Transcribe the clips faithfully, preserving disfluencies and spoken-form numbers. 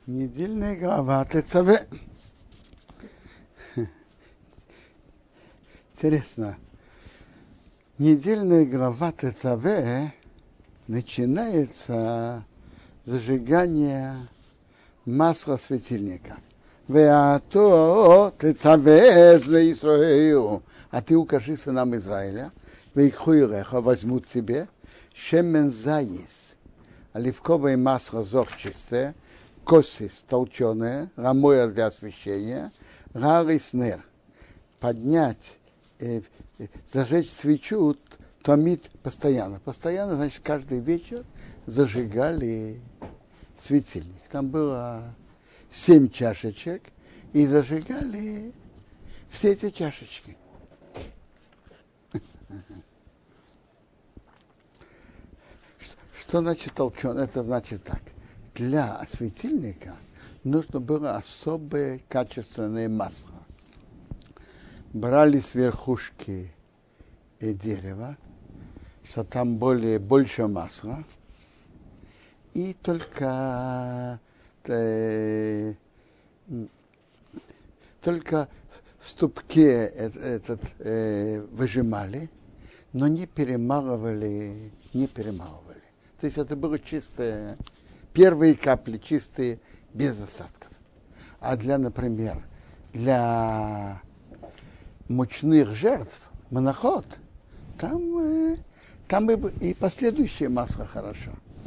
Недельная глава Тецаве. Интересно. Недельная глава Тецаве начинается зажигание масла светильника. Веато Тецаве для Исраила. А ты укажи сынам Израиля. Вейхуиреха возьмут тебе шемен заис. Оливковое масло зохчистое. Косис толченая, рамоя для освещения, рариснер, поднять, э, э, зажечь свечу, томит постоянно. Постоянно, значит, каждый вечер зажигали светильник. Там было семь чашечек, и зажигали все эти чашечки. Что значит толченый? Это значит так. Для светильника нужно было особое качественное масло. Брали с верхушки дерева, что там более, больше масла, и только, э, только в ступке этот, э, выжимали, но не перемалывали, не перемалывали. То есть это было чистое. Первые капли чистые, без остатков. А для, например, для мучных жертв, моноход, там, э, там и, и последующее масло хорошо.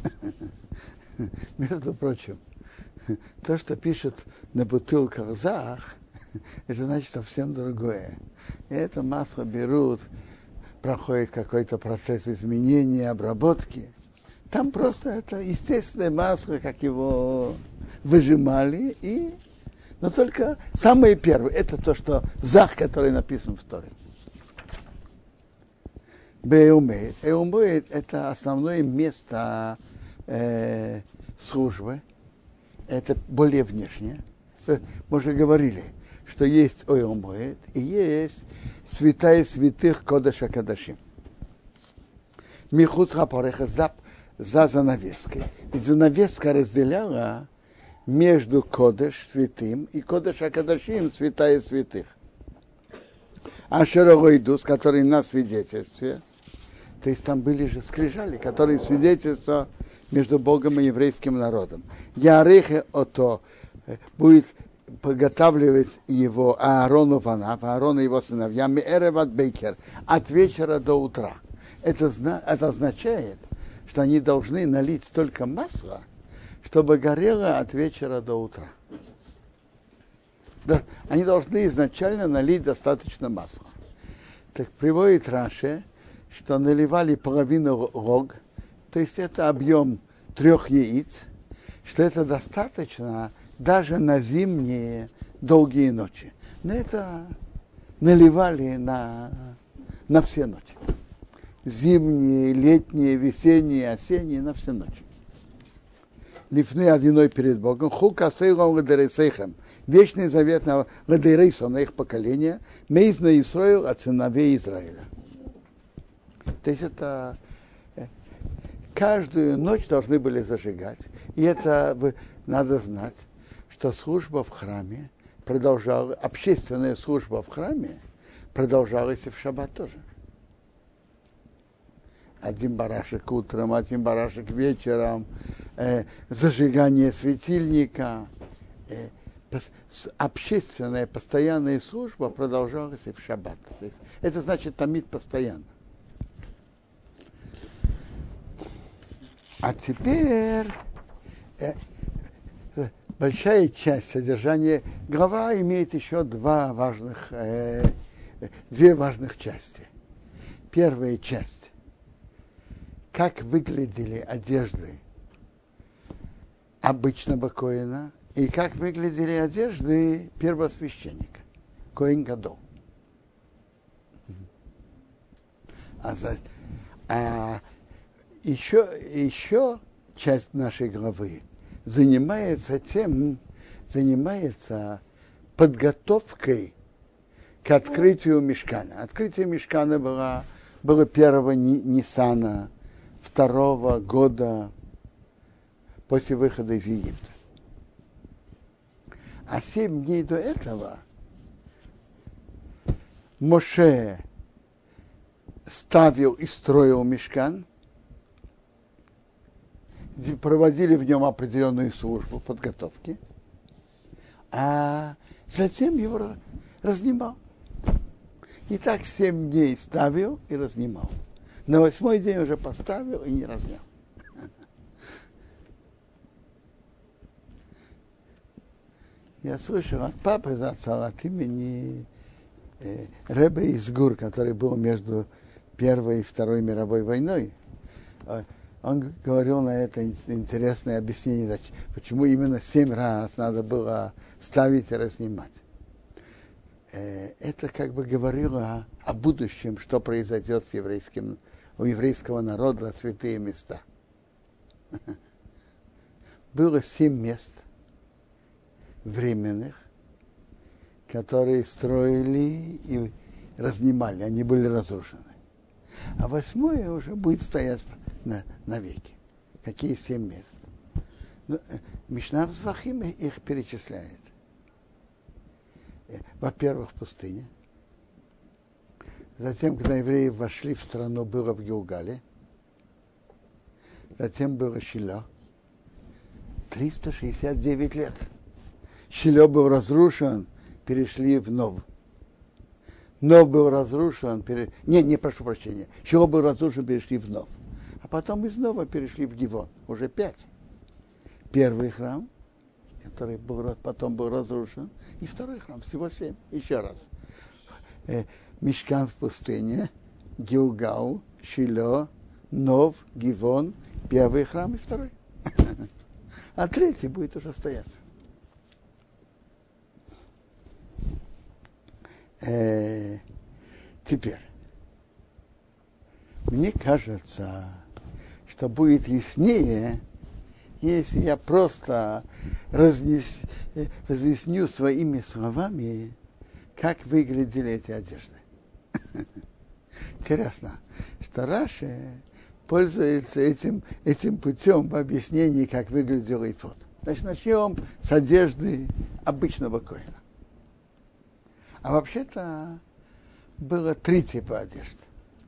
Между прочим, то, что пишут на бутылках зах, это значит совсем другое. И это масло берут, проходит какой-то процесс изменения, обработки. Там просто это естественное масло, как его выжимали, и... но только самое первое, это то, что зах, который написан в Торе. Беумейт. Эумейт – это основное место э, службы, это более внешнее. Мы уже говорили, что есть Эумейт и есть святая святых Кодеша Кадашим. Михуц хапореха зап за занавеской. Ведь занавеска разделяла между Кодеш святым и Кодеш Акадашим святая святых. А Шерогойдус, который на свидетельстве, то есть там были же скрижали, которые свидетельство между Богом и еврейским народом. Ярехе ото будет подготавливать его Аарону Ванав, Аарон и его сыновья, Меэреват Бейкер, от вечера до утра. Это, это означает, что они должны налить столько масла, чтобы горело от вечера до утра. Да, они должны изначально налить достаточно масла. Так приводит Раши, что наливали половину рог, то есть это объем трех яиц, что это достаточно даже на зимние долгие ночи. Но это наливали на, на все ночи. Зимние, летние, весенние, осенние, на все ночи. Лифны одиной перед Богом. Хука сейлом гадересейхем. Вечный завет на гадерейсом, на их поколение. Мейзна Исраил от сыновей Израиля. То есть это каждую ночь должны были зажигать. И это надо знать, что служба в храме продолжалась, общественная служба в храме продолжалась и в шаббат тоже. Один барашек утром, один барашек вечером, э, зажигание светильника. Э, пос, общественная постоянная служба продолжалась и в шаббат. То есть, это значит тамид постоянно. А теперь э, э, большая часть содержания. Глава имеет еще два важных, э, две важных части. Первая часть. Как выглядели одежды обычного коэна и как выглядели одежды первосвященника, коэн гадол. А, за, а еще, еще часть нашей главы занимается тем, занимается подготовкой к открытию мишкана. Открытие мишкана было, было первого Ниссана, второго года после выхода из Египта. А семь дней до этого Моше ставил и строил мишкан, проводили в нем определенную службу подготовки, а затем его разнимал. И так семь дней ставил и разнимал. На восьмой день уже поставил и не разнял. Я слышал от папы зацал от имени э, Ребе из Гур, который был между Первой и Второй мировой войной. Он говорил на это интересное объяснение, почему именно семь раз надо было ставить и разнимать. Это как бы говорило о будущем, что произойдет с еврейским, у еврейского народа, святые места. Было семь мест временных, которые строили и разнимали, они были разрушены. А восьмое уже будет стоять на, навеки. Какие семь мест? Ну, Мишна в Звахим их перечисляет. Во-первых, в пустыне. Затем, когда евреи вошли в страну, было в Гилгале. Затем было Шило. триста шестьдесят девять лет. Шило был разрушен, перешли в Нов. Нов был разрушен, пере... не, не, прошу прощения. Шило был разрушен, перешли в Нов. А потом из Нова перешли в Гивон. Уже пять. Первый храм, который был, потом был разрушен, и второй храм, всего семь. Еще раз. Э, Мишкан в пустыне, Гилгал, Шило, Нов, Гивон, первый храм и второй. А третий будет уже стоять. Э, теперь, мне кажется, что будет яснее, если я просто разнес, разъясню своими словами, как выглядели эти одежды. Интересно, что Раши пользуется этим, этим путем в объяснении, как выглядел эфод. Значит, начнем с одежды обычного коэна. А вообще-то было три типа одежды.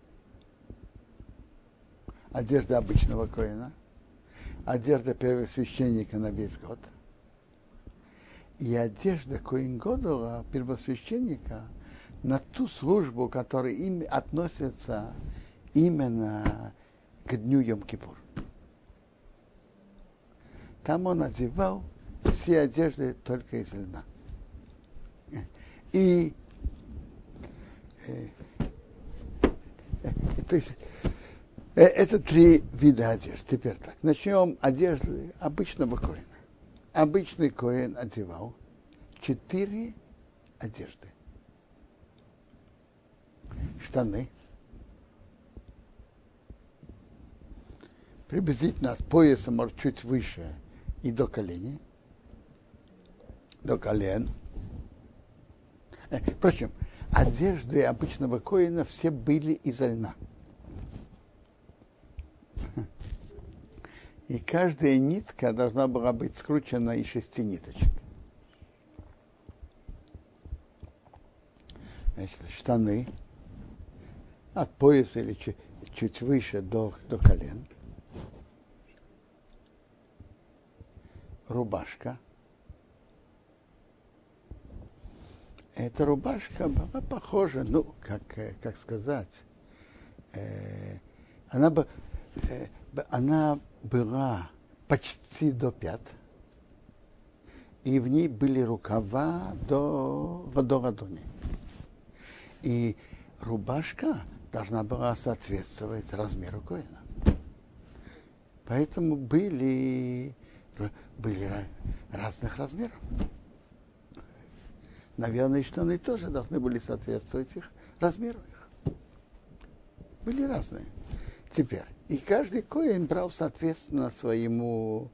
Одежда обычного коэна, одежда первосвященника на весь год и одежда коэн Годола, первосвященника, на ту службу, которая им относится именно к дню Йом-Кипур. Там он одевал все одежды только из льна. И э, э, то есть э, это три вида одежды. Теперь так. Начнем одежды обычного коэна. Обычный коэн одевал четыре одежды. Штаны. Приблизительно с пояса, может, чуть выше и до колени. До колен. Э, впрочем, одежды обычного коэна все были из льна. И каждая нитка должна была быть скручена из шести ниточек. Значит, штаны от пояса или чуть, чуть выше до, до колен. Рубашка. Эта рубашка была похожа, ну, как, как сказать, э, она, э, она была почти до пят, и в ней были рукава до, до ладони. И рубашка должна была соответствовать размеру коэна. Поэтому были, были разных размеров. Наверное, штаны тоже должны были соответствовать их размеру их. Были разные. Теперь, и каждый коэн брал соответственно своему,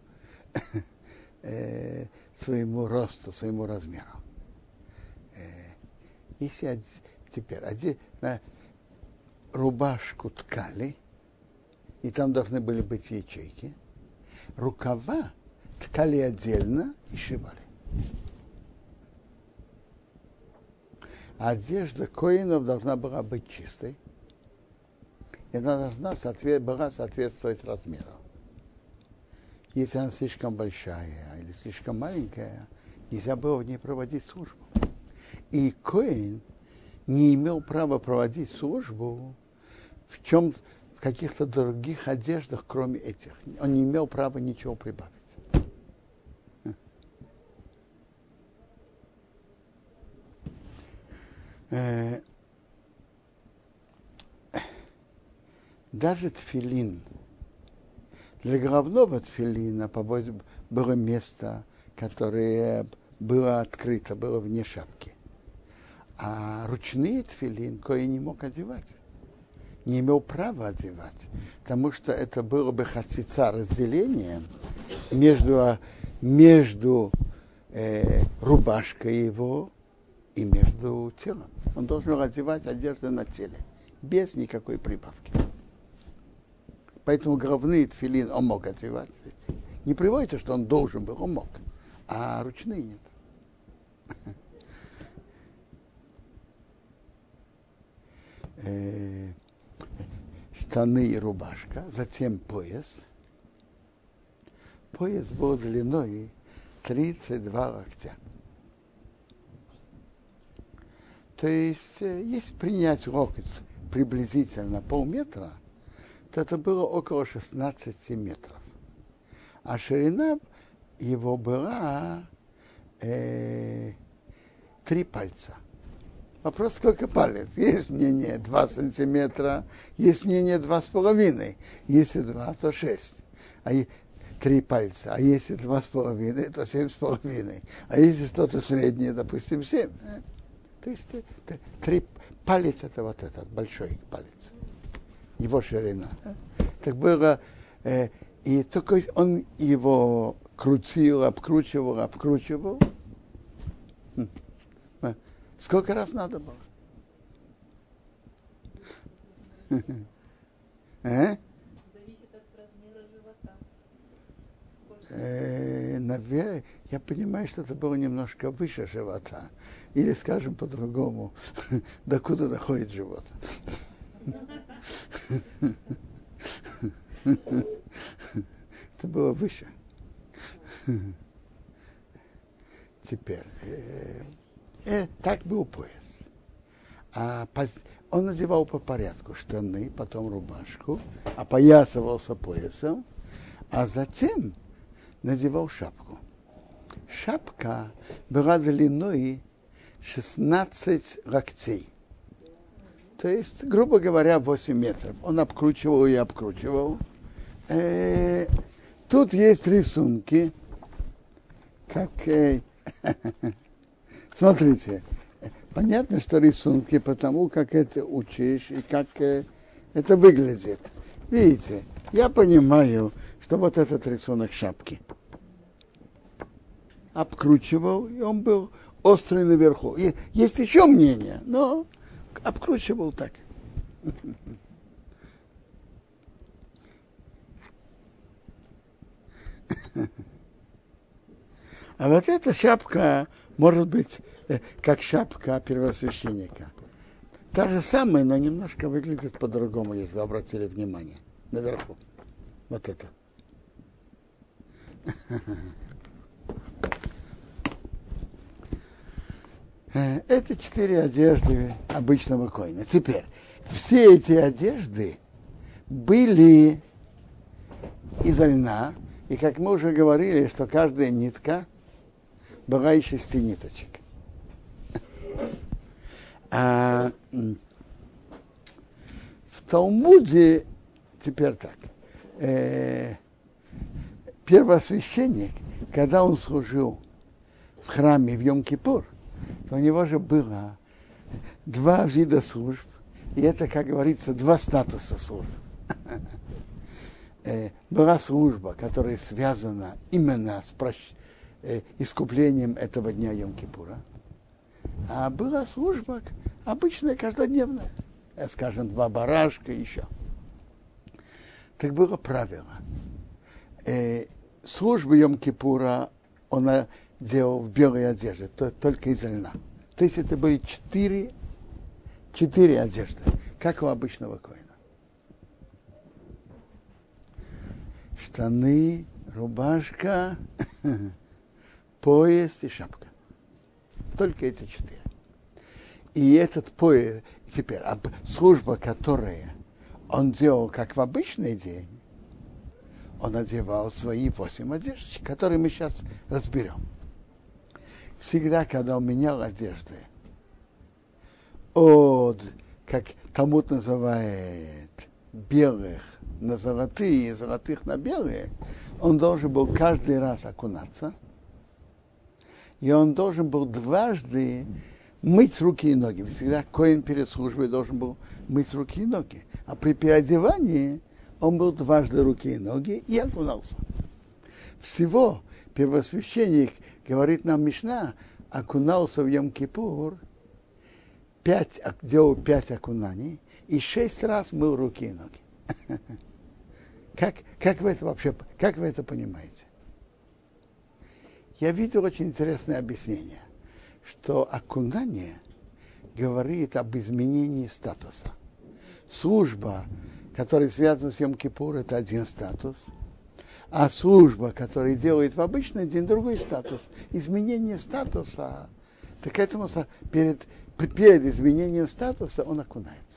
э, своему росту, своему размеру. Э, если теперь один, на рубашку ткали, и там должны были быть ячейки, рукава ткали отдельно и сшивали. одежда коинов должна была быть чистой, и она должна соответ, была соответствовать размеру. Если она слишком большая или слишком маленькая, нельзя было в ней проводить службу. И коин не имел права проводить службу в чем, в каких-то других одеждах, кроме этих. Он не имел права ничего прибавить. Даже тфилин, для головного тфилина было место, которое было открыто, было вне шапки. А ручные тфилин коин не мог одевать, не имел права одевать, потому что это было бы хацица, разделение между, между э, рубашкой его и между телом. Он должен был одевать одежду на теле, без никакой прибавки. Поэтому головные тфилин он мог одевать. Не приводится, что он должен был, он мог, а ручные нет. Штаны и рубашка, затем пояс. Пояс был длиной тридцать два локтя. То есть, если принять локоть приблизительно полметра, то это было около шестнадцати метров. А ширина его была э, три пальца. Вопрос, сколько палец? Есть мнение два сантиметра, есть мнение два с половиной. Если два, то шесть. А три пальца. А если два с половиной, то семь с половиной. А если что-то среднее, допустим, семь. То есть три палец это вот этот большой палец. Его ширина. Так было, э, и только он его крутил, обкручивал, обкручивал. Сколько раз надо было? Зависит от размера живота. Э, наверное, я понимаю, что это было немножко выше живота. Или, скажем по-другому, докуда доходит живот. Это было выше. Теперь, э, э, так был пояс. А по, он надевал по порядку штаны, потом рубашку, опоясывался поясом, а затем надевал шапку. Шапка была длиной шестнадцать локтей. То есть, грубо говоря, восемь метров. Он обкручивал и обкручивал. Э, тут есть рисунки. Как, э, смотрите, понятно, что рисунки, потому как это учишь и как э, это выглядит. Видите, я понимаю, что вот этот рисунок шапки. Обкручивал, и он был острый наверху. И есть еще мнение, но обкручивал так. А вот эта шапка может быть как шапка первосвященника. Та же самая, но немножко выглядит по-другому, если вы обратили внимание. Наверху. Вот это. Это четыре одежды обычного коина. Теперь, все эти одежды были из льна, и как мы уже говорили, что каждая нитка была из шести ниточек. А в Талмуде теперь так. Э, первосвященник, когда он служил в храме в Йом-Кипур, то у него же было два вида служб, и это, как говорится, два статуса служб. Была служба, которая связана именно с прощ... искуплением этого дня Йом-Кипура, а была служба обычная, каждодневная, скажем, два барашка еще. Так было правило. Службы Йом-Кипура он делал в белой одежде, только из льна. То есть это были четыре, четыре одежды, как у обычного коэна. Штаны, рубашка, пояс и шапка. Только эти четыре. И этот пояс, теперь служба, которая он делал как в обычный день, он одевал свои восемь одежд, которые мы сейчас разберем. Всегда, когда он менял одежды, от, как Талмуд называет, белых на золотые, золотых на белые, он должен был каждый раз окунаться, и он должен был дважды мыть руки и ноги. Всегда коэн перед службой должен был мыть руки и ноги. А при переодевании он был дважды руки и ноги и окунался. Всего первосвященник, говорит нам Мишна, окунался в Йом-Кипур, пять, делал пять окунаний и шесть раз мыл руки и ноги. Как, как вы это вообще, как вы это понимаете? Я видел очень интересное объяснение, что окунание говорит об изменении статуса. Служба, которая связана с Йом-Кипур, это один статус, а служба, которая делает в обычный день, другой статус. Изменение статуса, так этому перед, перед изменением статуса он окунается.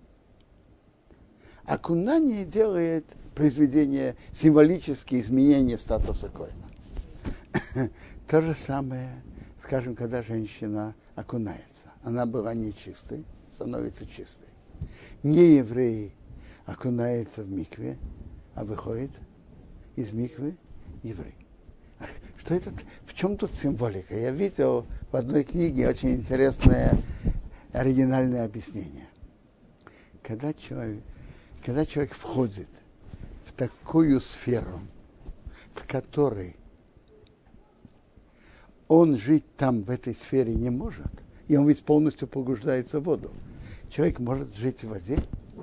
Окунание делает произведение, символические изменения статуса коэна. То же самое, скажем, когда женщина окунается. Она была нечистой, становится чистой. Не еврей окунается в микве, а выходит из миквы еврей. Ах, что это? В чем тут символика? Я видел в одной книге очень интересное оригинальное объяснение. Когда человек, когда человек входит в такую сферу, в которой он жить там, в этой сфере, не может, и он ведь полностью погружается в воду, человек может жить в воде?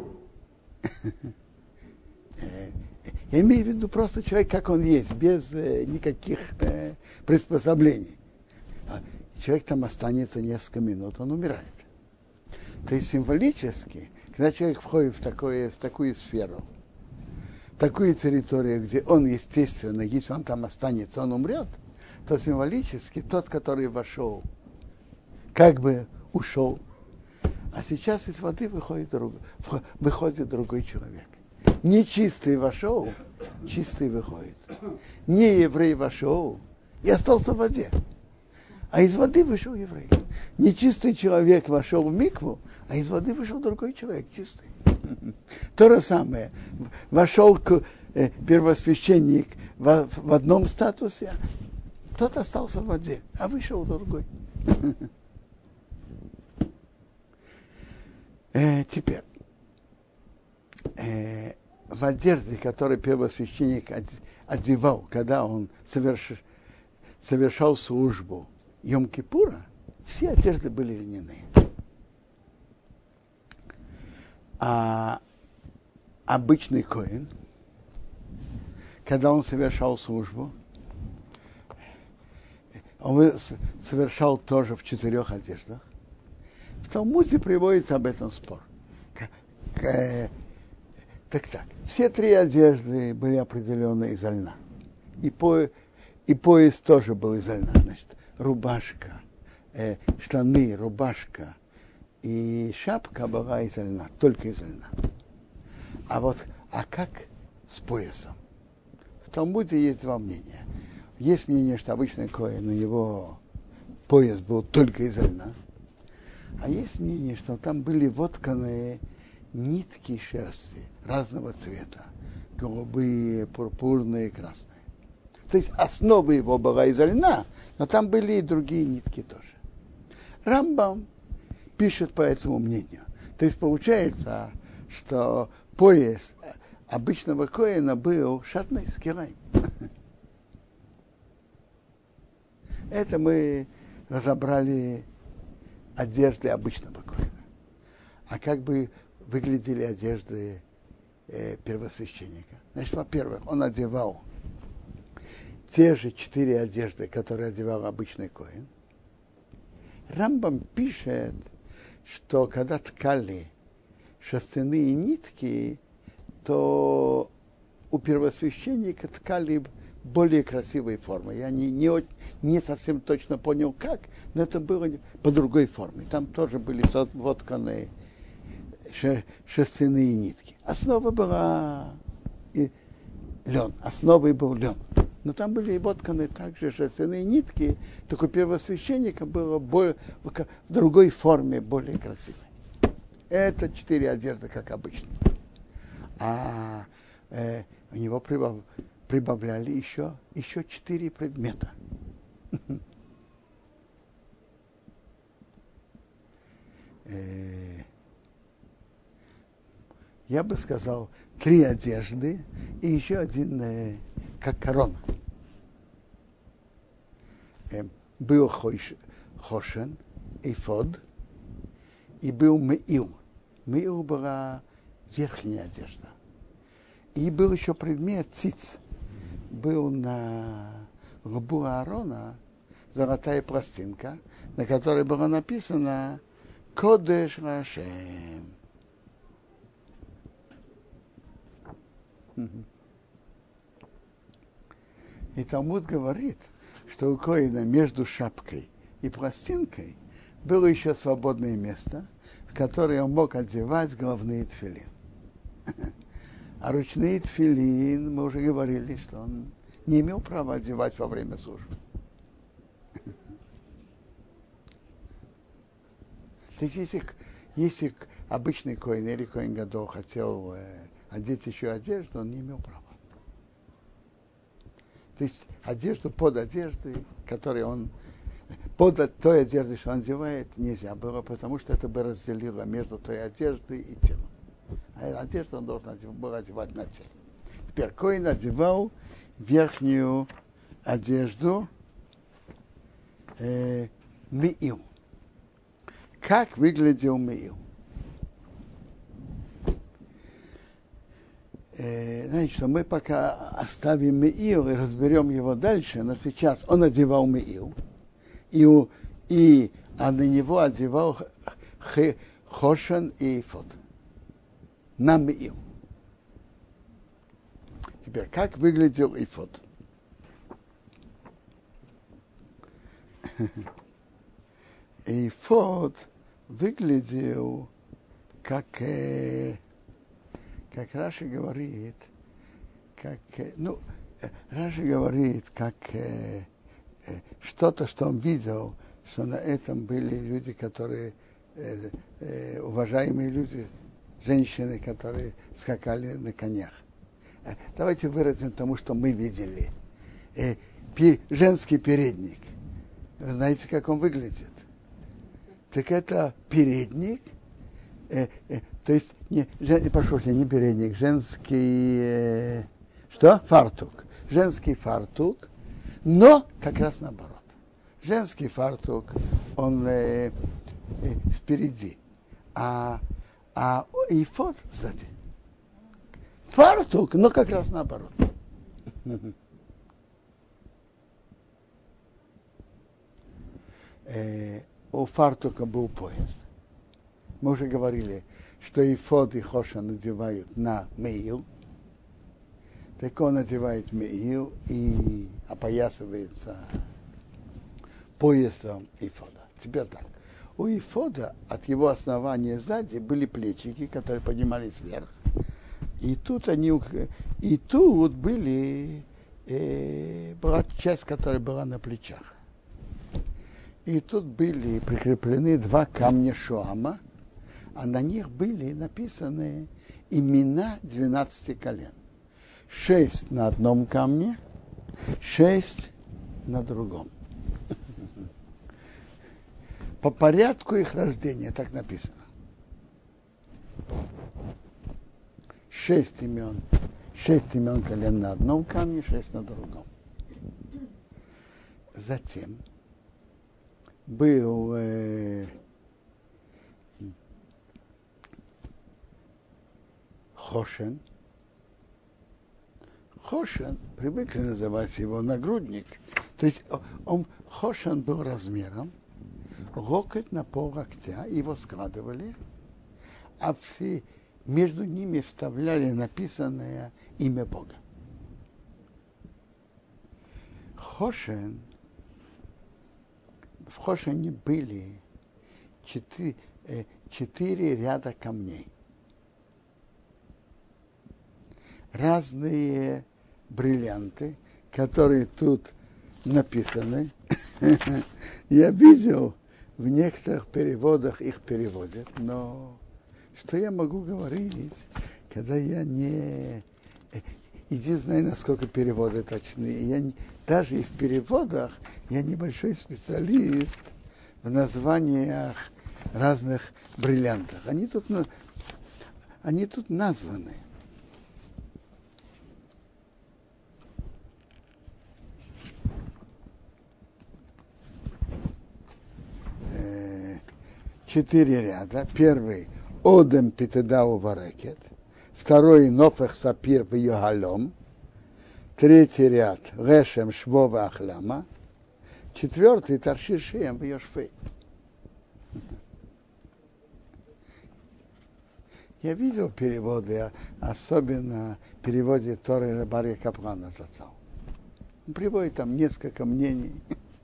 Я имею в виду просто человек, как он есть, без э, никаких э, приспособлений. Человек там останется несколько минут, он умирает. То есть символически, когда человек входит в, такое, в такую сферу, в такую территорию, где он, естественно, если он там останется, он умрет, то символически тот, который вошел, как бы ушел, а сейчас из воды выходит, друг, выходит другой человек. Нечистый вошел, чистый выходит. Не еврей вошел и остался в воде. А из воды вышел еврей. Нечистый человек вошел в микву, а из воды вышел другой человек, чистый. То же самое. Вошел э, первосвященник в, в одном статусе, тот остался в воде, а вышел другой. э, теперь. Э, в одежде, которую первосвященник одевал, когда он соверш... совершал службу Йом-Кипура, все одежды были льняные. А обычный коэн, когда он совершал службу, он совершал тоже в четырех одеждах. В Талмуде приводится об этом спор. Так так, все три одежды были определенные из льна. И, по, и пояс тоже был из льна. Значит, рубашка, э, штаны, рубашка и шапка была из льна, только из льна. А вот, а как с поясом? В Талмуде есть два мнения. Есть мнение, что обычный коэн, у него пояс был только из льна. А есть мнение, что там были вотканы нитки шерсти разного цвета, голубые, пурпурные, красные. То есть основа его была из льна, но там были и другие нитки тоже. Рамбам пишет по этому мнению. То есть получается, что пояс обычного коэна был шатный, с килаем. Это мы разобрали одежды обычного коэна. А как бы выглядели одежды э, первосвященника? Значит, во-первых, он одевал те же четыре одежды, которые одевал обычный коэн. Рамбам пишет, что когда ткали шерстяные нитки, то у первосвященника ткали более красивой формы. Я не, не, не совсем точно понял, как, но это было по другой форме. Там тоже были вотканы шерстяные нитки. Основа была и лен. Основой был лен. Но там были и вотканы также шерстяные нитки, только у первосвященника было более, в другой форме, более красивой. Это четыре одежды, как обычно. А э, у него прибав, прибавляли еще, еще четыре предмета. Я бы сказал, три одежды и еще один, э, как корона. Э, был хош, хошен, эйфод, и был меил. Меил была верхняя одежда. И был еще предмет циц. Был на лбу Аарона золотая пластинка, на которой было написано «Кодеш Рашем». И Талмуд говорит, что у коэна между шапкой и пластинкой было еще свободное место, в которое он мог одевать головные тфилин. А ручные тфилин, мы уже говорили, что он не имел права одевать во время службы. То есть, если, если обычный коэн или коэн гадол хотел э, одеть еще одежду, он не имел права. То есть одежду под одеждой, которую он под той одеждой, что он одевает, нельзя было, потому что это бы разделило между той одеждой и телом. А одежду он должен был одевать на теле. Теперь коэн одевал верхнюю одежду э, меил. Как выглядел меил? Э, знаете, что мы пока оставим меил и разберем его дальше, но сейчас он одевал меил, и, у, и а на него одевал х, хошен и эйфод. На меил. Теперь, как выглядел эйфод? Эйфод выглядел как, э, как Раши говорит, как, э, ну, Раши говорит, как э, э, что-то, что он видел, что на этом были люди, которые, э, э, уважаемые люди, женщины, которые скакали на конях. Давайте выразим тому, что мы видели. Э, пи, женский передник. Вы знаете, как он выглядит? Так это передник, э, э, то есть, не, жен, прошу, не передник, женский, э, что? Фартук. Женский фартук, но как раз наоборот. Женский фартук, он э, э, впереди, а, а эйфод сзади. Фартук, но как раз наоборот. э, У фартука был пояс. Мы уже говорили, что эйфод и хошен надевают на меил. Так он надевает меил и опоясывается поясом эйфода. Теперь так. У эйфода от его основания сзади были плечики, которые поднимались вверх. И тут они, и тут были, э, была часть, которая была на плечах. И тут были прикреплены два камня Шоама, а на них были написаны имена двенадцати колен. Шесть на одном камне, шесть на другом. По порядку их рождения так написано. Шесть имен, шесть имен колен на одном камне, шесть на другом. Затем был э, хошен. Хошен, привыкли называть его нагрудник. То есть он, хошен был размером, локоть на пол локтя, его складывали, а все, между ними вставляли написанное имя Бога. Хошен, в Хошене были четыре, э, четыре ряда камней. Разные бриллианты, которые тут написаны. Я видел, в некоторых переводах их переводят, но что я могу говорить, когда я не... Иди знай, насколько переводы точны. Я не... Даже и в переводах я небольшой специалист в названиях разных бриллиантов. Они тут, они тут названы. Четыре ряда. Первый — Одем Питедау Варекет. Второй — Нофех Сапир в Йогалом. Третий ряд — Решем Швова Ахляма. Четвертый — Таршишем в Йошфей. Я видел переводы, особенно в переводе Торы Рабарья Каплана зацал. Он приводит там несколько мнений.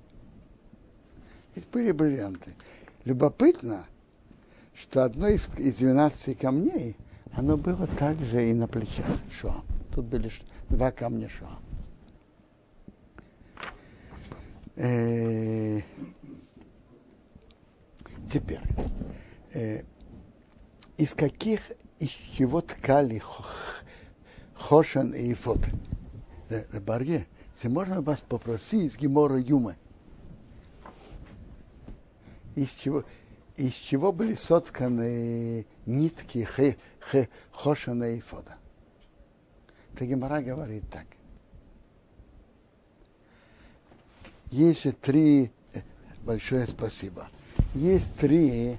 Есть были бриллианты. Любопытно, что одно из, из двенадцати камней, оно было также и на плечах Шоа. Тут были два камня Шоа. Э, теперь, э, из каких, из чего ткали Хошен и Ифод? Рабарье, если можно вас попросить из Гемора Юмы, из чего, из чего были сотканы нитки хе, хе, Хошена и Ифода? Так Гемара говорит так. Есть же три, большое спасибо, есть три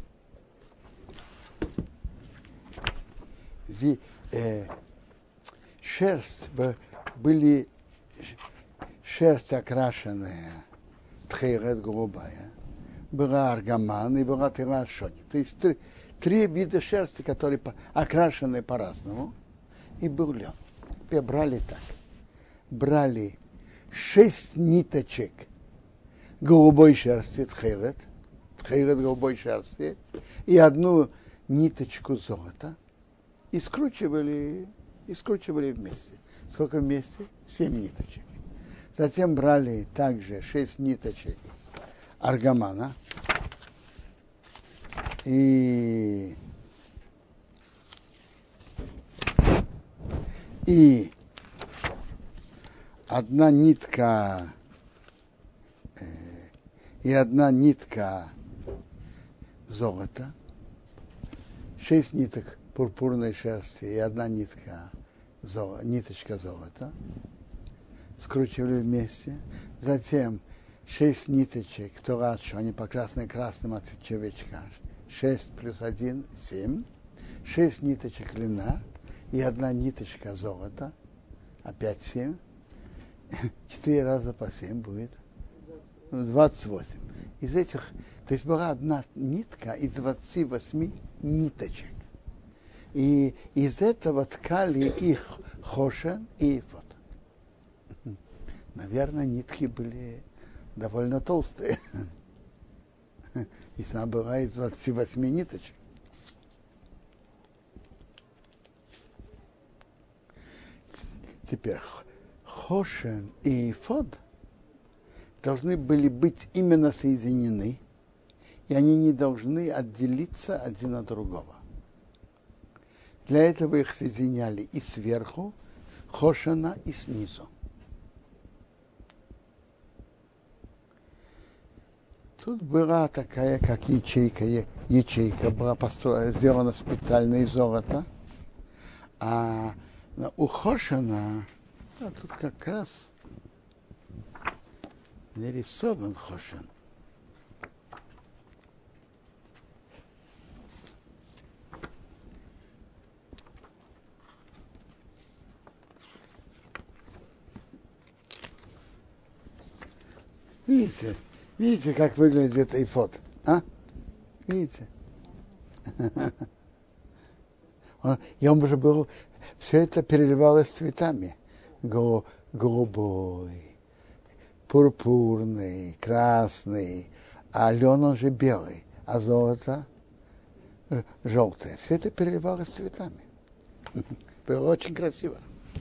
ви, э, шерсть, были шерсть окрашенная, тхейрет голубая, была аргаман и была тира шони. То есть три, три вида шерсти, которые по, окрашены по-разному, и был лен. И брали так. Брали шесть ниточек голубой шерсти, тхейрет, тхейрет голубой шерсти, и одну ниточку золота, и скручивали, и скручивали вместе. Сколько вместе? Семь ниточек. Затем брали также шесть ниточек аргамана и, и одна нитка э, и одна нитка золота, шесть ниток пурпурной шерсти и одна нитка золо, ниточка золота, скручивали вместе. Затем шесть ниточек, то что они по красным-красным от червячка. Шесть плюс один, семь. Шесть ниточек льна и одна ниточка золота. Опять семь. Четыре раза по семь будет. Двадцать восемь. Из этих, то есть была одна нитка из двадцати восьми ниточек. И из этого ткали их Хошен и Ифод. Наверное, нитки были довольно толстые. И сама была из двадцати восьми ниточек. Теперь Хошен и Ифод должны были быть именно соединены, и они не должны отделиться один от другого. Для этого их соединяли и сверху Хошена, и снизу. Тут была такая, как ячейка, ячейка была построена, сделана специально из золота, а у Хошена, а тут как раз нарисован Хошен. Видите, видите, как выглядит эйфод. А? Видите? Он, и он уже был, все это переливалось цветами. Голубой, пурпурный, красный, а лен он же белый, а золото желтое. Все это переливалось цветами. Было очень красиво.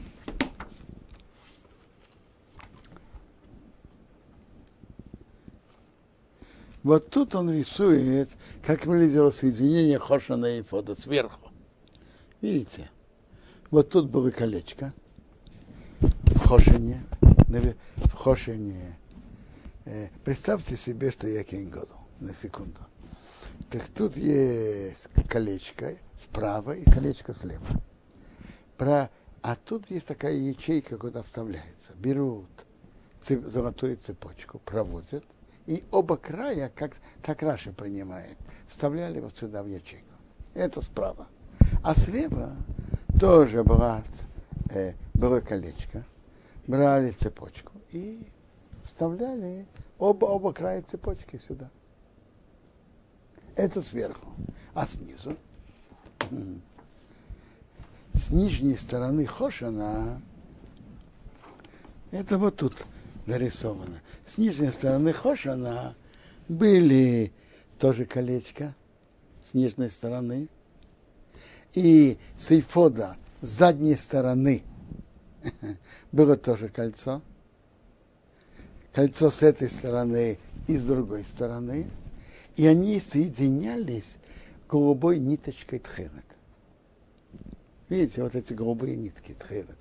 Вот тут он рисует, как выглядело соединение Хошана и Эфода сверху. Видите? Вот тут было колечко в Хошине. В Хошине. Э, представьте себе, что я Кенгоду, на секунду. Так тут есть колечко справа и колечко слева. Про... А тут есть такая ячейка, куда вставляется. Берут цеп... золотую цепочку, проводят, и оба края, как так Раши принимает, вставляли вот сюда в ячейку. Это справа. А слева тоже было, э, было колечко. Брали цепочку и вставляли оба, оба края цепочки сюда. Это сверху. А снизу? С нижней стороны Хошана, это вот тут нарисовано. С нижней стороны Хошана были тоже колечко с нижней стороны. И с эфода с задней стороны было тоже кольцо. Кольцо с этой стороны и с другой стороны. И они соединялись голубой ниточкой тхерет. Видите, вот эти голубые нитки тхерет.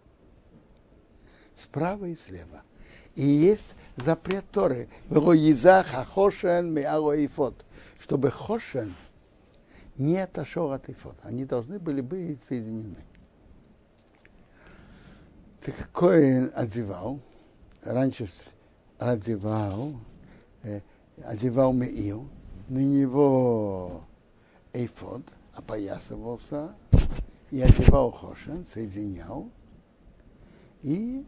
Справа и слева. И есть запрет Торы. Чтобы Хошен не отошел от эфода. Они должны были быть соединены. Так Коэн одевал, раньше одевал, э, одевал Меир, на него эйфод, опоясывался, и одевал Хошен, соединял, и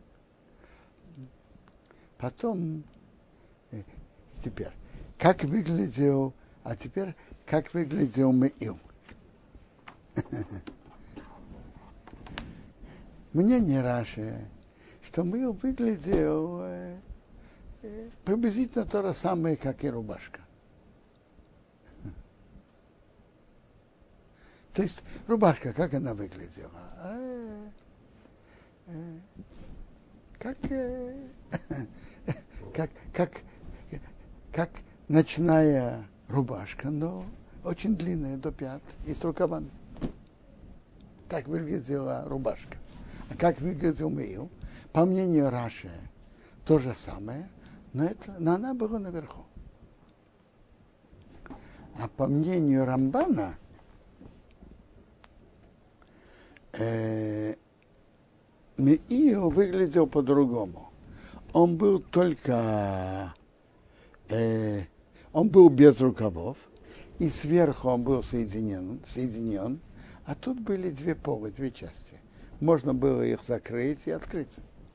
потом, э, теперь, как выглядел, а теперь, как выглядел Меир. Мнение Раши, что Меир выглядел э, э, приблизительно то же самое, как и рубашка. То есть рубашка, как она выглядела? Э, э, как, э, как, как, как ночная рубашка, но очень длинная до пят и с рукавами. Так выглядела рубашка. А как выглядел Меир? По мнению Раши, то же самое, но, это, но она была наверху. А по мнению Рамбана, э, Меир выглядел по-другому. Он был только, э, он был без рукавов, и сверху он был соединен, соединен, а тут были две полы, две части. Можно было их закрыть и открыть.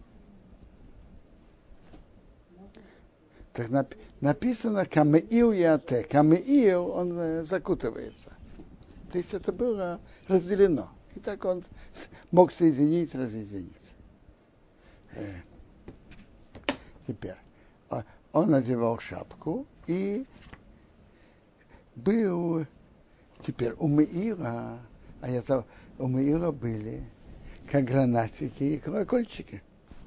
Так нап- написано «камеил яте». Камеил, он э, закутывается. То есть это было разделено. И так он с- мог соединить, разъединить. Э, теперь. Он надевал шапку и был... Теперь у Меира, а это, у Меира были как гранатики и колокольчики.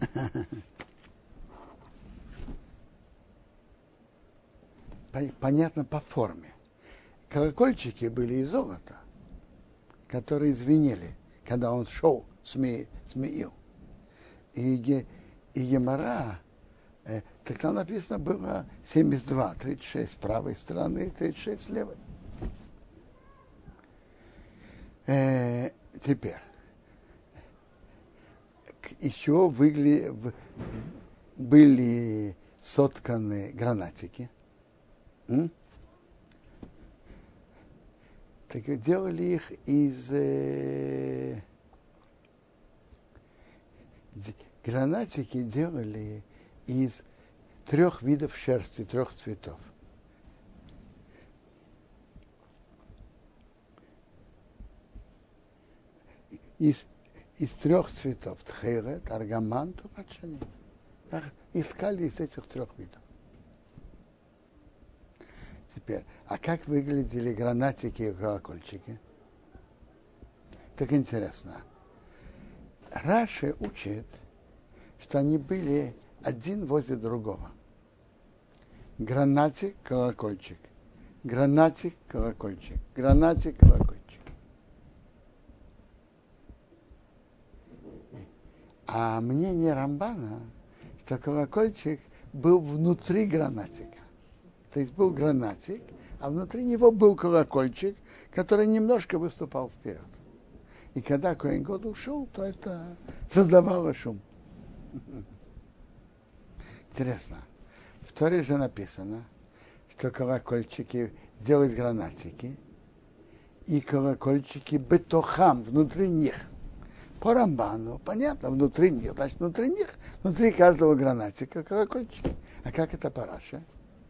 Понятно по форме. Колокольчики были из золота, которые звенели, когда он шел с Меир. И, и Гемара, э, так там написано было семьдесят два, тридцать шесть с правой стороны, тридцать шесть с левой. Э, теперь. Из чего выгля... были сотканы гранатики? М? Так делали их из... Э... Гранатики делали из трех видов шерсти, трех цветов. из, из трех цветов. Тхейрет, аргаман, тумачани. Искали из этих трех видов. Теперь, а как выглядели гранатики и колокольчики? Так интересно. Раши учит, что они были один возле другого. Гранатик, колокольчик. Гранатик, колокольчик. Гранатик, колокольчик. А мнение Рамбана, что колокольчик был внутри гранатика. То есть был гранатик, а внутри него был колокольчик, который немножко выступал вперед. И когда Коэн Гадоль ушел, то это создавало шум. Интересно. В Торе же написано, что колокольчики делают гранатики, и колокольчики бетохам, внутри них. По Рамбану, понятно, внутри них, значит, внутри них, внутри каждого гранатика колокольчики. А как это по Раши?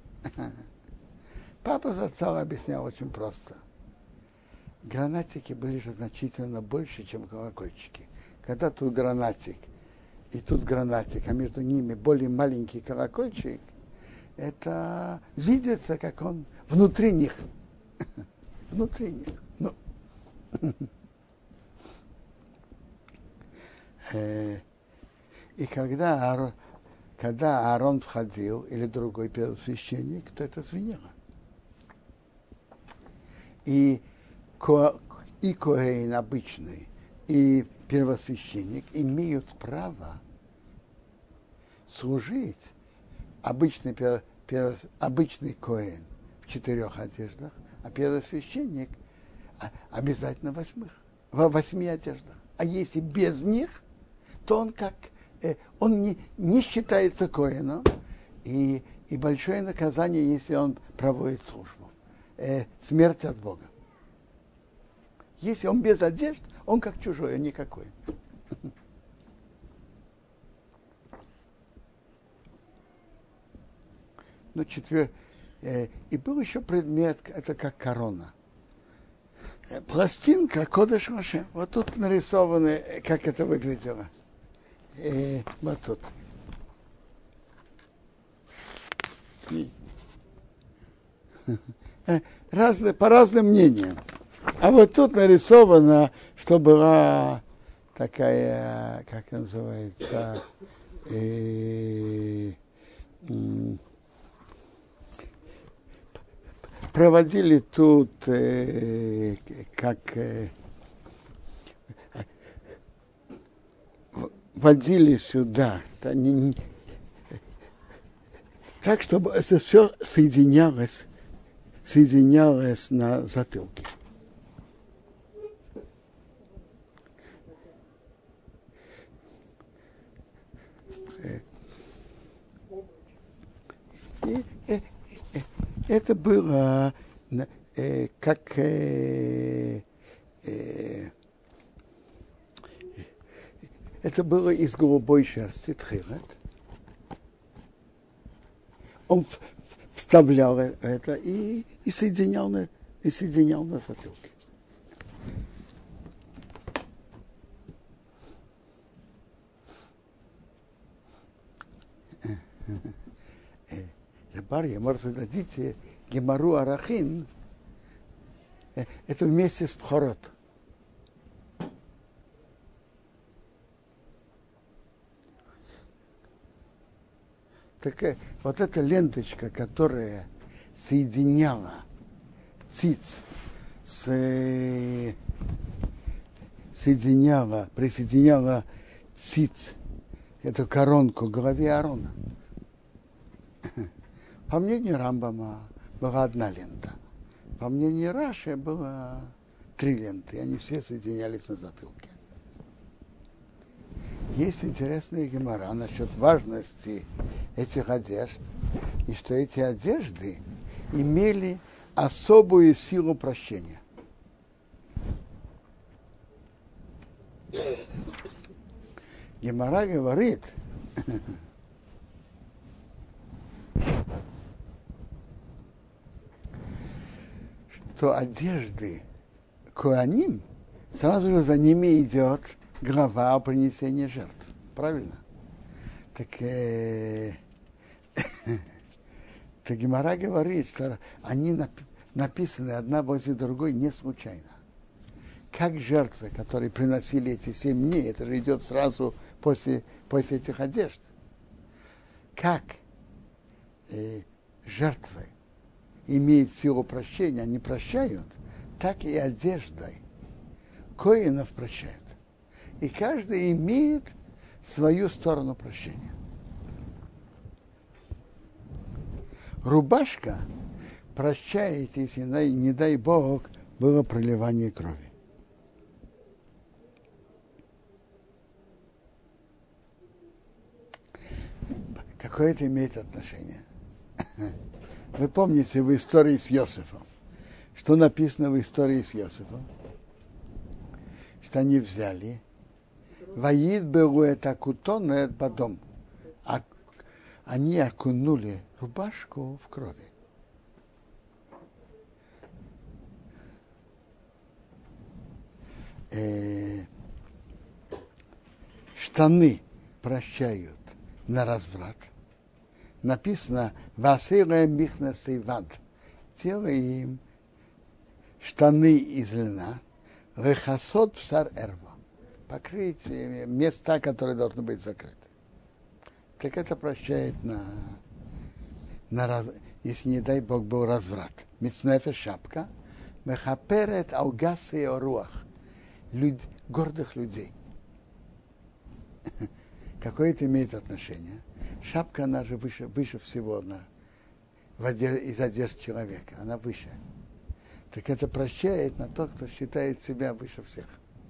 Папа Зацал объяснял очень просто. Гранатики были же значительно больше, чем колокольчики. Когда тут гранатик и тут гранатик, а между ними более маленький колокольчик, это видится, как он внутри них. Внутри них. Ну. И когда Аарон, когда Аарон входил, или другой первосвященник, то это звенело. И, ко, и Коэн обычный, и первосвященник имеют право служить обычный, пер, пер, обычный Коэн в четырех одеждах, а первосвященник обязательно в восьмых, в восьми одеждах. А если без них, то он как э, он не, не считается коэном, и, и большое наказание, если он проводит службу. Э, смерть от Бога. Если он без одежд, он как чужой, он никакой. Ну, четвер... э, и был еще предмет, это как корона. Э, пластинка Кодеш Моше. Вот тут нарисованы, как это выглядело. И вот тут. Разные, по разным мнениям. А вот тут нарисовано, что была такая, как называется, э, проводили тут э, как э, водили сюда, да, не, не, так, чтобы это все соединялось, соединялось на затылке. И, э, э, это было э, как э, э, это было из голубой шерсти, тхилет. Он в, в, вставлял это и, и, соединял на, и соединял на затылке. Барья, может, вы дадите Гемару Арахин, это вместе с Пхорот. Так вот эта ленточка, которая соединяла циц с соединяла, присоединяла циц, эту коронку к голове Аарона. По мнению Рамбама была одна лента. По мнению Раши было три ленты, и они все соединялись на затылке. Есть интересная гемара насчет важности этих одежд, и что эти одежды имели особую силу прощения. Гемара говорит, что одежды коаним сразу же за ними идет глава о принесении жертв. Правильно? Так, э, так Гемара говорит, что они напи- написаны одна возле другой не случайно. Как жертвы, которые приносили эти семь дней, это же идет сразу после, после этих одежд. Как э, жертвы имеют силу прощения, они прощают, так и одеждой коинов прощают. И каждый имеет свою сторону прощения. Рубашка прощает, если, не дай Бог, было проливание крови. Какое это имеет отношение? Вы помните в истории с Йосифом, что написано в истории с Йосифом? Что они взяли «Ваид беру это кутон и потом». Они окунули рубашку в крови. Э, штаны прощают на разврат. Написано «Василая михна сейвад». Делаем штаны из льна, «Рехасот псар эрва». Покрыть места, которые должны быть закрыты. Так это прощает на, на если, не дай Бог, был разврат. Мицнефе шапка, мехаперет аугасы и оруах. Люд, гордых людей. Какое это имеет отношение? Шапка, она же выше, выше всего на, в одежде, из одежды человека. Она выше. Так это прощает на то, кто считает себя выше всех.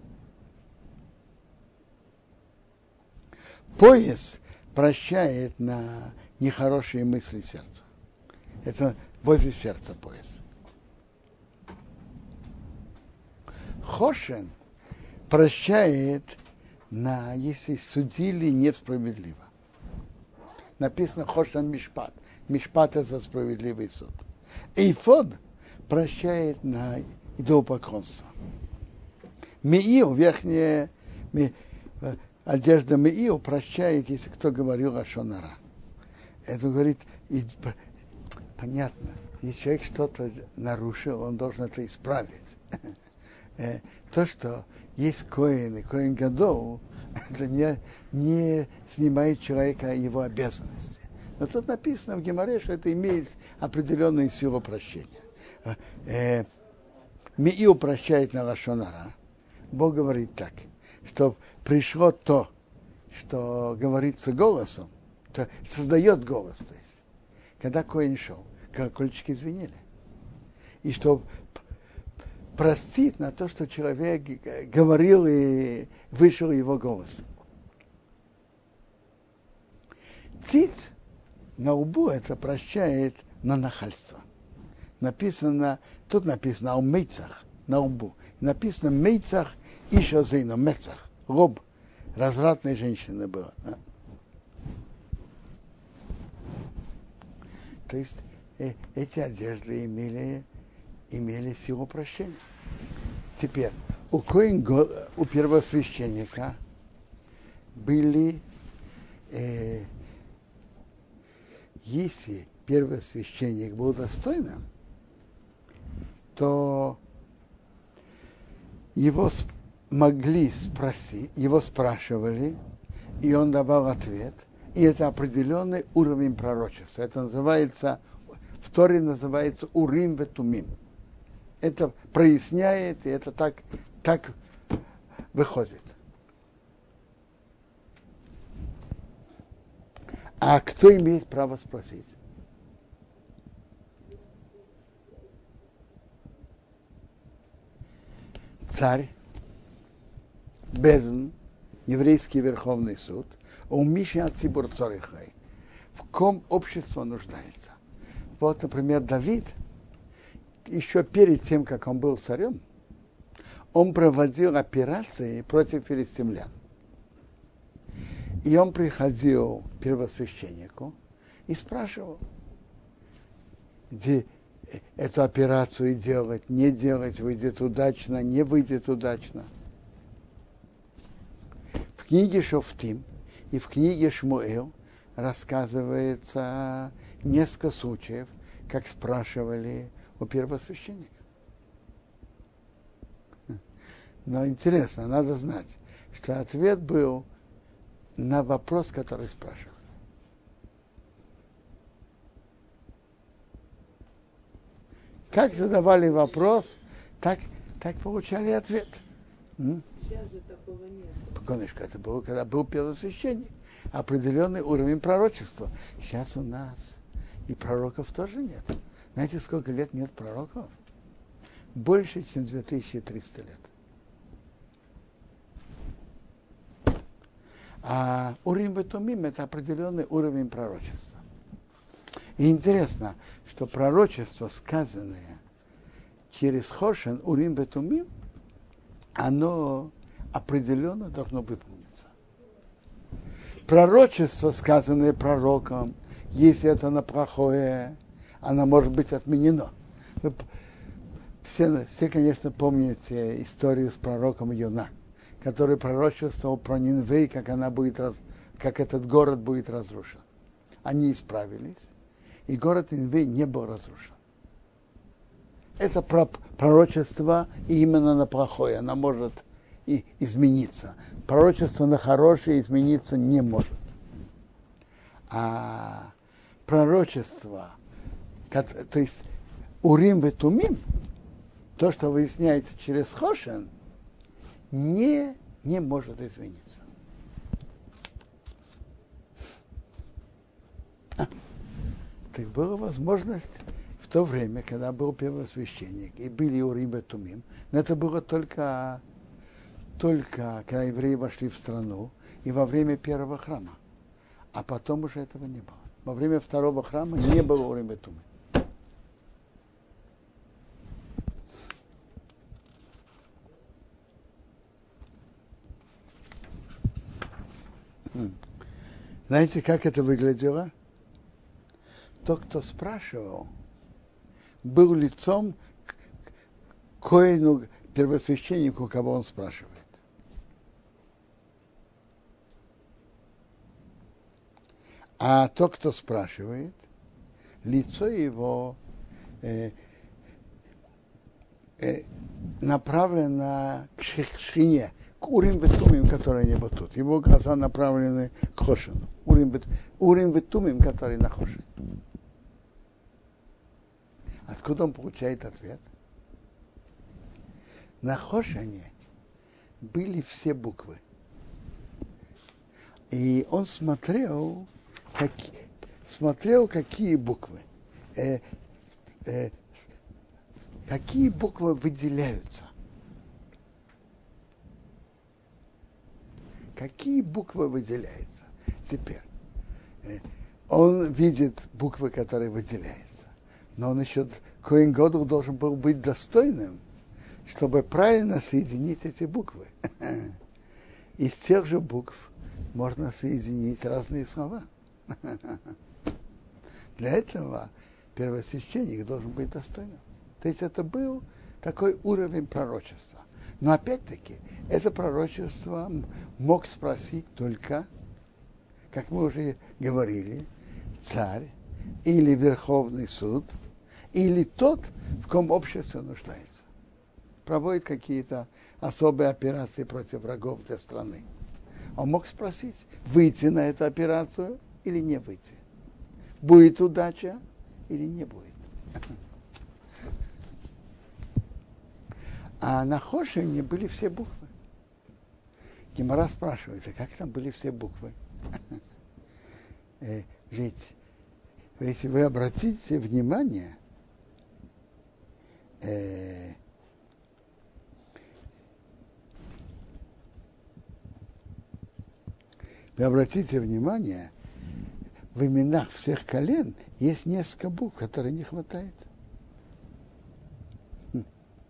Пояс прощает на нехорошие мысли сердца. Это возле сердца пояс. Хошен прощает на, если судили несправедливо. Написано Хошен Мишпат. Мишпат — это справедливый суд. Эйфод прощает на идолопоклонство. Меил, верхняя ми, одежда Меил прощает, если кто говорил лашон ара. Это говорит, и, понятно, если человек что-то нарушил, он должен это исправить. То, что есть коэн и коэн гадол, это не, не снимает человека его обязанности. Но тут написано в Гемаре, что это имеет определенную силу прощения. Э, Миил прощает на лашон ара. Бог говорит так, что пришло то, что говорится голосом, то создает голос. То есть, когда коэн шел, колокольчики звенели. И что простит на то, что человек говорил и вышел его голос. Циц на лбу это прощает на нахальство. Написано, тут написано о мейцах, на лбу. Написано мейцах и шазейно, мецах, лоб развратной женщины было. Да? То есть э, эти одежды имели, имели силу прощения. Теперь, у, коэн, у первосвященника были, э, если первосвященник был достойным, то его могли спросить, его спрашивали, и он давал ответ. И это определенный уровень пророчества. Это называется, в Торе называется урим ветумим. Это проясняет, и это так, так выходит. А кто имеет право спросить? Царь, Безн, еврейский верховный суд, у Миши Ацибур Цорихай, в ком общество нуждается. Вот, например, Давид, еще перед тем, как он был царем, он проводил операции против филистимлян. И он приходил к первосвященнику и спрашивал, где эту операцию делать, не делать, выйдет удачно, не выйдет удачно. книге Шофтим и в книге Шмуэл рассказывается несколько случаев, как спрашивали у первосвященника. Но интересно, надо знать, что ответ был на вопрос, который спрашивали. Как задавали вопрос, так, так получали ответ. М? Сейчас же такого нет. Конечно, это было, когда был первосвященник. Определенный уровень пророчества. Сейчас у нас и пророков тоже нет. Знаете, сколько лет нет пророков? Больше, чем две тысячи триста лет. А Урим и Тумим – это определенный уровень пророчества. И интересно, что пророчество, сказанное через Хошен, Урим и Тумим, оно определенно должно выполниться. Пророчество, сказанное пророком, если это на плохое, оно может быть отменено. Вы все, все, конечно, помните историю с пророком Йона, который пророчествовал про Нинвей, как, она будет раз, как этот город будет разрушен. Они исправились, и город Нинвей не был разрушен. Это пророчество именно на плохое, оно может и измениться. Пророчество на хорошее измениться не может. А пророчество, то есть Урим и Тумим, то, что выясняется через Хошен, не, не может измениться. А, так была возможность в то время, когда был первосвященник, и были Урим и Тумим, но это было только, только когда евреи вошли в страну и во время первого храма. А потом уже этого не было. Во время второго храма не было Урим и Тумим. Знаете, как это выглядело? Тот, кто спрашивал, был лицом к коину, первосвященнику, кого он спрашивает. А тот, кто спрашивает, лицо его э, э, направлено к Шхине, к Урим и Тумим, которые не вот тут. Его глаза направлены к Хошину. Урим и Тумим, которые на Хошине. Откуда он получает ответ? На Хошине были все буквы. И он смотрел, как, смотрел какие буквы. Э, э, какие буквы выделяются. Какие буквы выделяются? Теперь, э, он видит буквы, которые выделяются. Но он еще, Коэн Гадоль должен был быть достойным, чтобы правильно соединить эти буквы. Из тех же букв можно соединить разные слова. Для этого первосвященник должен быть достойным. То есть это был такой уровень пророчества. Но опять-таки, это пророчество мог спросить только, как мы уже говорили, царь или Верховный суд, или тот, в ком общество нуждается. Проводит какие-то особые операции против врагов для страны. Он мог спросить, выйти на эту операцию или не выйти. Будет удача или не будет. А на Хошине были все буквы. Гемара спрашивается, как там были все буквы? Ведь, если вы обратите внимание, э, вы обратите внимание, в именах всех колен есть несколько букв, которые не хватает. Хм.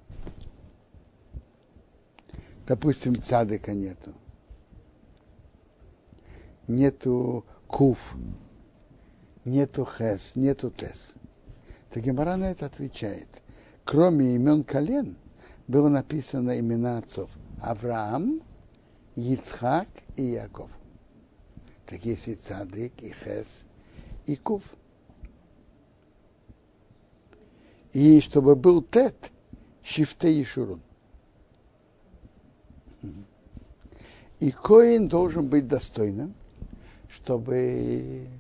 Допустим, цадыка нету. Нету куф. Нету хес, нету тес. Так Гемара на это отвечает. Кроме имен колен было написано имена отцов. Авраам, Ицхак и Яков. Так есть и Цадик, и Хес, и Кув. И чтобы был Тет, Шифте и Шурун. И Коин должен быть достойным, чтобы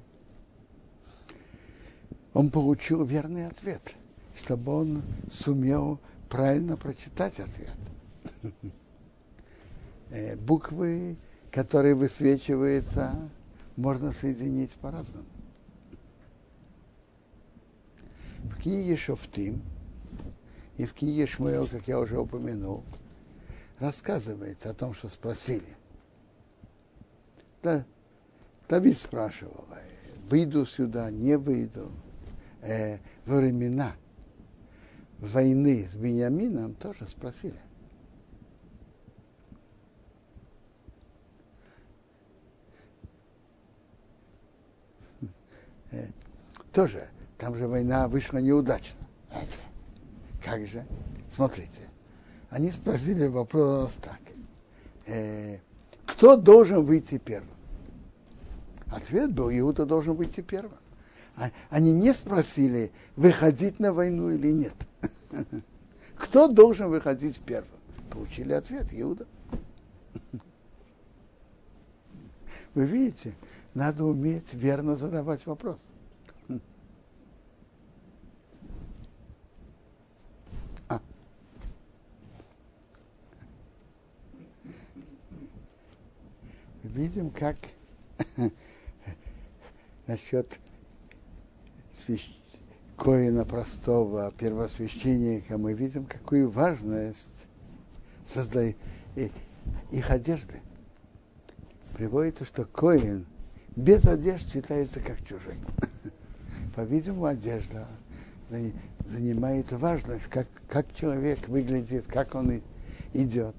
он получил верный ответ, чтобы он сумел правильно прочитать ответ. Буквы, которые высвечиваются, можно соединить по-разному. В книге Шофтим и в книге Шмуэл, как я уже упомянул, рассказывается о том, что спросили. Да, Давид спрашивал, выйду сюда, не выйду. Э, во времена войны с Биньямином тоже спросили. Э, тоже, там же война вышла неудачно. Как же? Смотрите, они спросили вопрос так. Э, кто должен выйти первым? Ответ был, Иуда должен выйти первым. Они не спросили, выходить на войну или нет. Кто должен выходить первым? Получили ответ, Иуда. Вы видите, надо уметь верно задавать вопрос. А. Видим, как насчет свящ... коина простого, первосвященника, мы видим, какую важность создает их одежды. Приводится, что коин без одежды считается как чужой. По-видимому, одежда занимает важность, как, как человек выглядит, как он идет.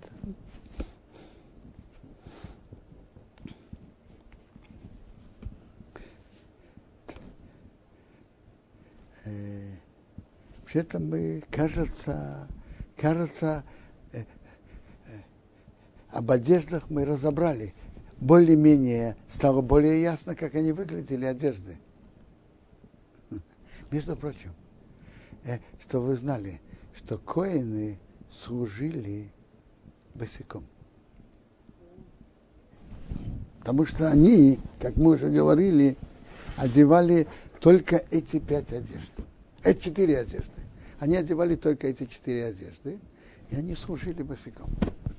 Вообще-то мы, кажется, кажется, э, э, об одеждах мы разобрали. Более-менее стало более ясно, как они выглядели, одежды. Между прочим, э, что вы знали, что коины служили босиком. Потому что они, как мы уже говорили, одевали только эти пять одежд. Это четыре одежды. Они одевали только эти четыре одежды, и они служили босиком.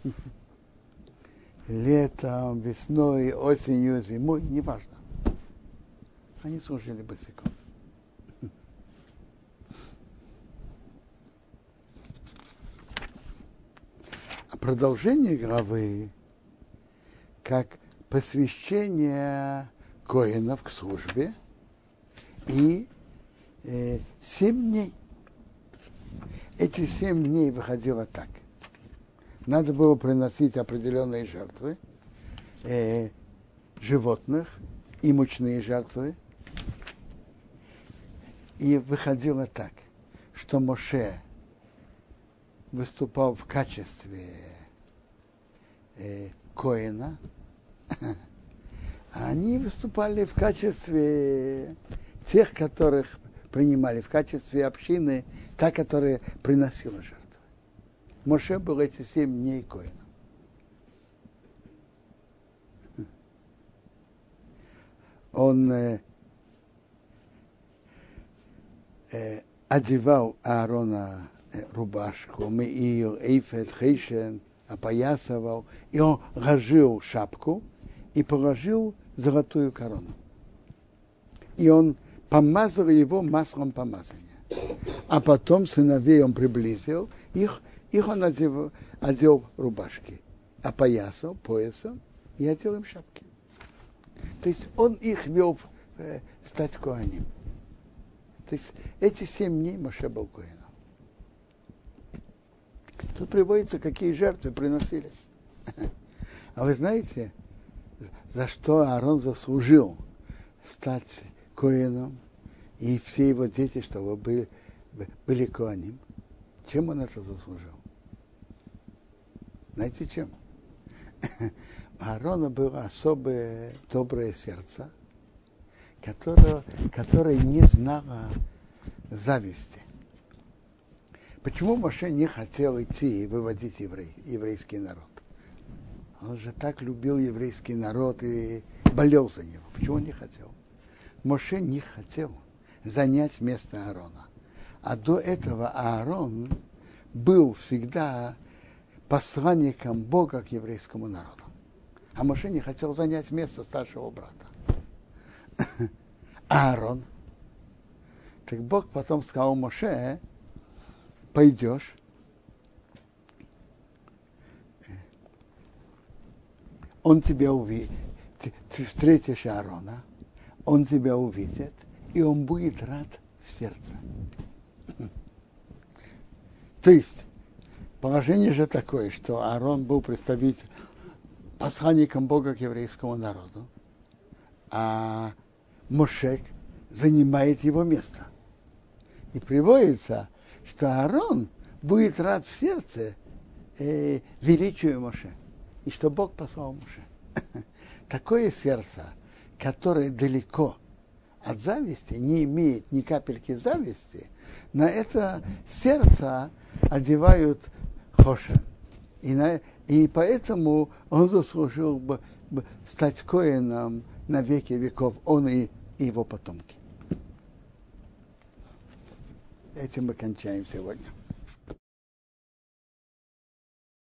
Летом, весной, осенью, зимой, неважно. Они служили босиком. А продолжение главы, как посвящение коинов к службе и э, семь дней. Эти семь дней выходило так. Надо было приносить определенные жертвы, э, животных и мучные жертвы. И выходило так, что Моше выступал в качестве э, коэна, а они выступали в качестве тех, которых принимали, в качестве общины, та, которая приносила жертву. Моше был эти семь дней коэном. Он э, э, одевал Аарона э, рубашку, меил, эйфет, хейшен, опоясывал, и он ложил шапку и положил золотую корону. И он помазал его маслом помазания. А потом сыновей он приблизил, их, их он одел, одел рубашки, опоясал поясом и одел им шапки. То есть он их вел э, стать коаним. То есть эти семь дней Моше был коэном. Тут приводится, какие жертвы приносили. А вы знаете, за что Аарон заслужил стать коэном, и все его дети, чтобы были, были коаним? Чем он это заслужил? Знаете, чем? Аарона было особое доброе сердце, которое, которое не знало зависти. Почему Моше не хотел идти и выводить еврей, еврейский народ? Он же так любил еврейский народ и болел за него. Почему он не хотел? Моше не хотел занять место Аарона. А до этого Аарон был всегда посланником Бога к еврейскому народу. А Моше не хотел занять место старшего брата. Аарон. Так Бог потом сказал Моше: пойдешь, он тебя увидит, ты, ты встретишь Аарона, он тебя увидит, и он будет рад в сердце. То есть положение же такое, что Аарон был представителем, посланником Бога к еврейскому народу, а Моше занимает его место. И приводится, что Аарон будет рад в сердце э, величию Моше. И что Бог послал Моше. Такое сердце, которое далеко от зависти, не имеет ни капельки зависти, на это сердце одевают хошен. И, на, и поэтому он заслужил бы, бы стать коэном на веки веков, он и, и его потомки. Этим мы кончаем сегодня.